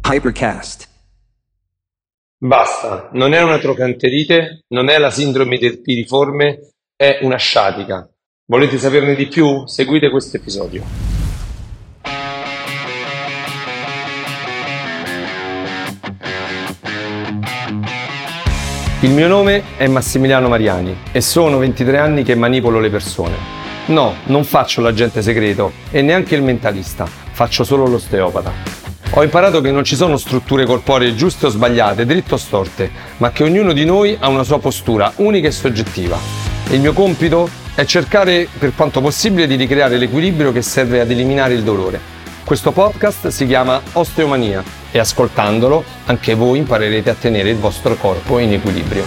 Hypercast. Basta, non è una trocanterite, non è la sindrome del piriforme, è una sciatica. Volete saperne di più? Seguite questo episodio. Il mio nome è Massimiliano Mariani e sono 23 anni che manipolo le persone. No, non faccio l'agente segreto e neanche il mentalista, faccio solo l'osteopata. Ho imparato che non ci sono strutture corporee giuste o sbagliate, dritte o storte, ma che ognuno di noi ha una sua postura unica e soggettiva. E il mio compito è cercare per quanto possibile di ricreare l'equilibrio che serve ad eliminare il dolore. Questo podcast si chiama Osteomania e ascoltandolo anche voi imparerete a tenere il vostro corpo in equilibrio.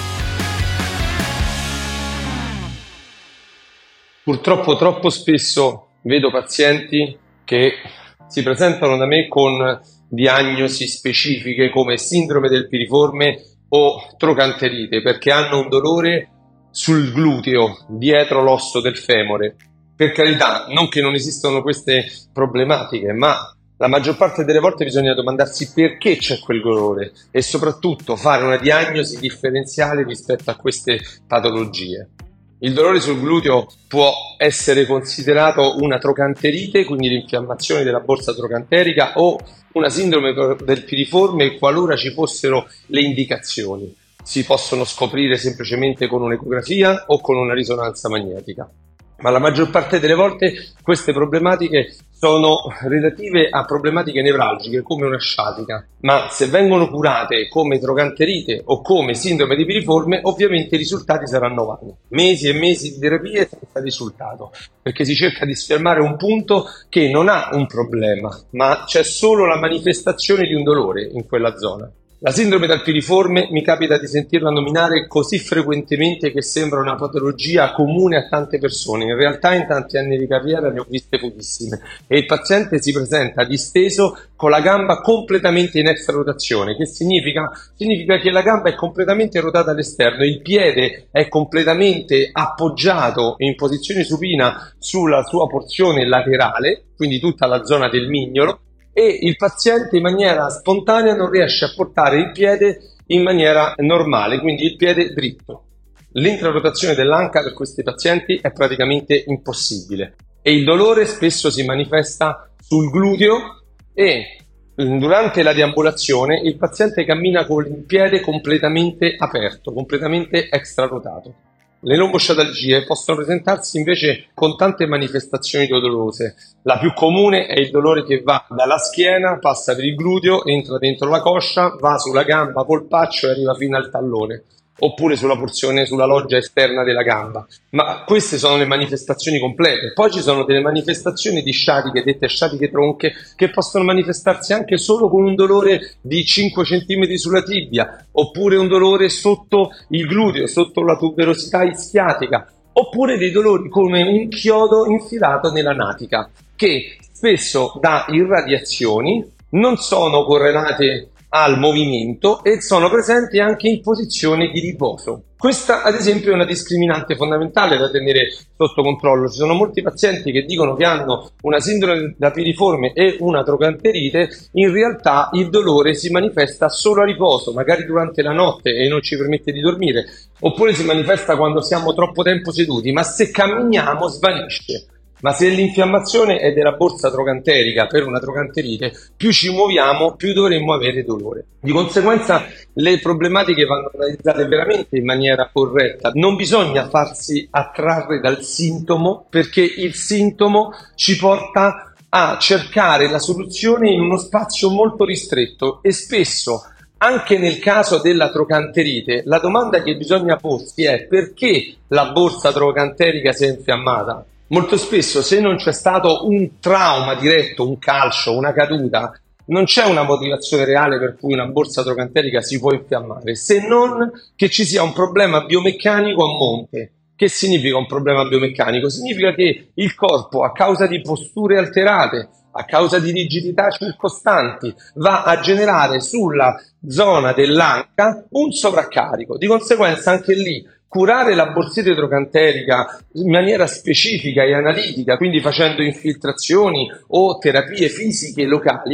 Purtroppo troppo spesso vedo pazienti che si presentano da me con diagnosi specifiche come sindrome del piriforme o trocanterite perché hanno un dolore sul gluteo, dietro l'osso del femore. Per carità, non che non esistano queste problematiche, ma la maggior parte delle volte bisogna domandarsi perché c'è quel dolore e soprattutto fare una diagnosi differenziale rispetto a queste patologie. Il dolore sul gluteo può essere considerato una trocanterite, quindi l'infiammazione della borsa trocanterica, o una sindrome del piriforme qualora ci fossero le indicazioni. Si possono scoprire semplicemente con un'ecografia o con una risonanza magnetica. Ma la maggior parte delle volte queste problematiche sono relative a problematiche nevralgiche come una sciatica, ma se vengono curate come trocanterite o come sindrome di piriforme ovviamente i risultati saranno vani. Mesi e mesi di terapie senza risultato, perché si cerca di sfermare un punto che non ha un problema, ma c'è solo la manifestazione di un dolore in quella zona. La sindrome del piriforme mi capita di sentirla nominare così frequentemente che sembra una patologia comune a tante persone. In realtà in tanti anni di carriera ne ho viste pochissime e il paziente si presenta disteso con la gamba completamente in extrarotazione. Che significa? Significa che la gamba è completamente ruotata all'esterno, il piede è completamente appoggiato in posizione supina sulla sua porzione laterale, quindi tutta la zona del mignolo, e il paziente in maniera spontanea non riesce a portare il piede in maniera normale, quindi il piede dritto. L'intrarotazione dell'anca per questi pazienti è praticamente impossibile e il dolore spesso si manifesta sul gluteo e durante la deambulazione il paziente cammina con il piede completamente aperto, completamente extrarotato. Le lombosciatalgie possono presentarsi invece con tante manifestazioni dolorose. La più comune è il dolore che va dalla schiena, passa per il gluteo, entra dentro la coscia, va sulla gamba, polpaccio e arriva fino al tallone, oppure sulla porzione, sulla loggia esterna della gamba. Ma queste sono le manifestazioni complete. Poi ci sono delle manifestazioni di sciatiche, dette sciatiche tronche, che possono manifestarsi anche solo con un dolore di 5 cm sulla tibia, oppure un dolore sotto il gluteo, sotto la tuberosità ischiatica, oppure dei dolori come un chiodo infilato nella natica, che spesso da irradiazioni non sono correlate al movimento e sono presenti anche in posizione di riposo. Questa ad esempio è una discriminante fondamentale da tenere sotto controllo. Ci sono molti pazienti che dicono che hanno una sindrome da piriforme e una trocanterite, in realtà il dolore si manifesta solo a riposo, magari durante la notte e non ci permette di dormire, oppure si manifesta quando siamo troppo tempo seduti, ma se camminiamo svanisce. Ma se l'infiammazione è della borsa trocanterica per una trocanterite, più ci muoviamo, più dovremmo avere dolore. Di conseguenza le problematiche vanno analizzate veramente in maniera corretta. Non bisogna farsi attrarre dal sintomo, perché il sintomo ci porta a cercare la soluzione in uno spazio molto ristretto e spesso, anche nel caso della trocanterite, la domanda che bisogna porsi è: perché la borsa trocanterica si è infiammata? Molto spesso, se non c'è stato un trauma diretto, un calcio, una caduta, non c'è una motivazione reale per cui una borsa trocanterica si può infiammare, se non che ci sia un problema biomeccanico a monte. Che significa un problema biomeccanico? Significa che il corpo, a causa di posture alterate, a causa di rigidità circostanti, va a generare sulla zona dell'anca un sovraccarico. Di conseguenza anche lì curare la borsite trocanterica in maniera specifica e analitica, quindi facendo infiltrazioni o terapie fisiche locali,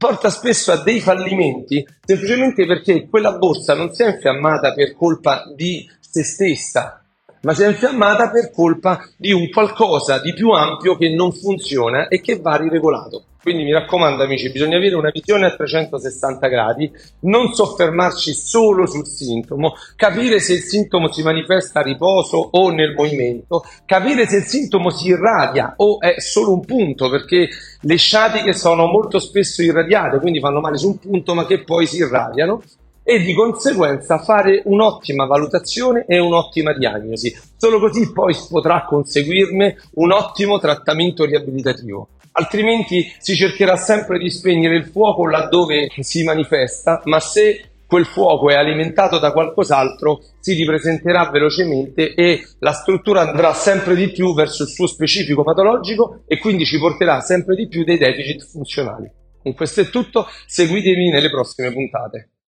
porta spesso a dei fallimenti semplicemente perché quella borsa non si è infiammata per colpa di se stessa, ma si è infiammata per colpa di un qualcosa di più ampio che non funziona e che va riregolato. Quindi mi raccomando amici, bisogna avere una visione a 360 gradi, non soffermarci solo sul sintomo, capire se il sintomo si manifesta a riposo o nel movimento, capire se il sintomo si irradia o è solo un punto, perché le sciatiche sono molto spesso irradiate, quindi fanno male su un punto ma che poi si irradiano, e di conseguenza fare un'ottima valutazione e un'ottima diagnosi. Solo così poi si potrà conseguirne un ottimo trattamento riabilitativo. Altrimenti si cercherà sempre di spegnere il fuoco laddove si manifesta, ma se quel fuoco è alimentato da qualcos'altro si ripresenterà velocemente e la struttura andrà sempre di più verso il suo specifico patologico e quindi ci porterà sempre di più dei deficit funzionali. Con questo è tutto, seguitemi nelle prossime puntate.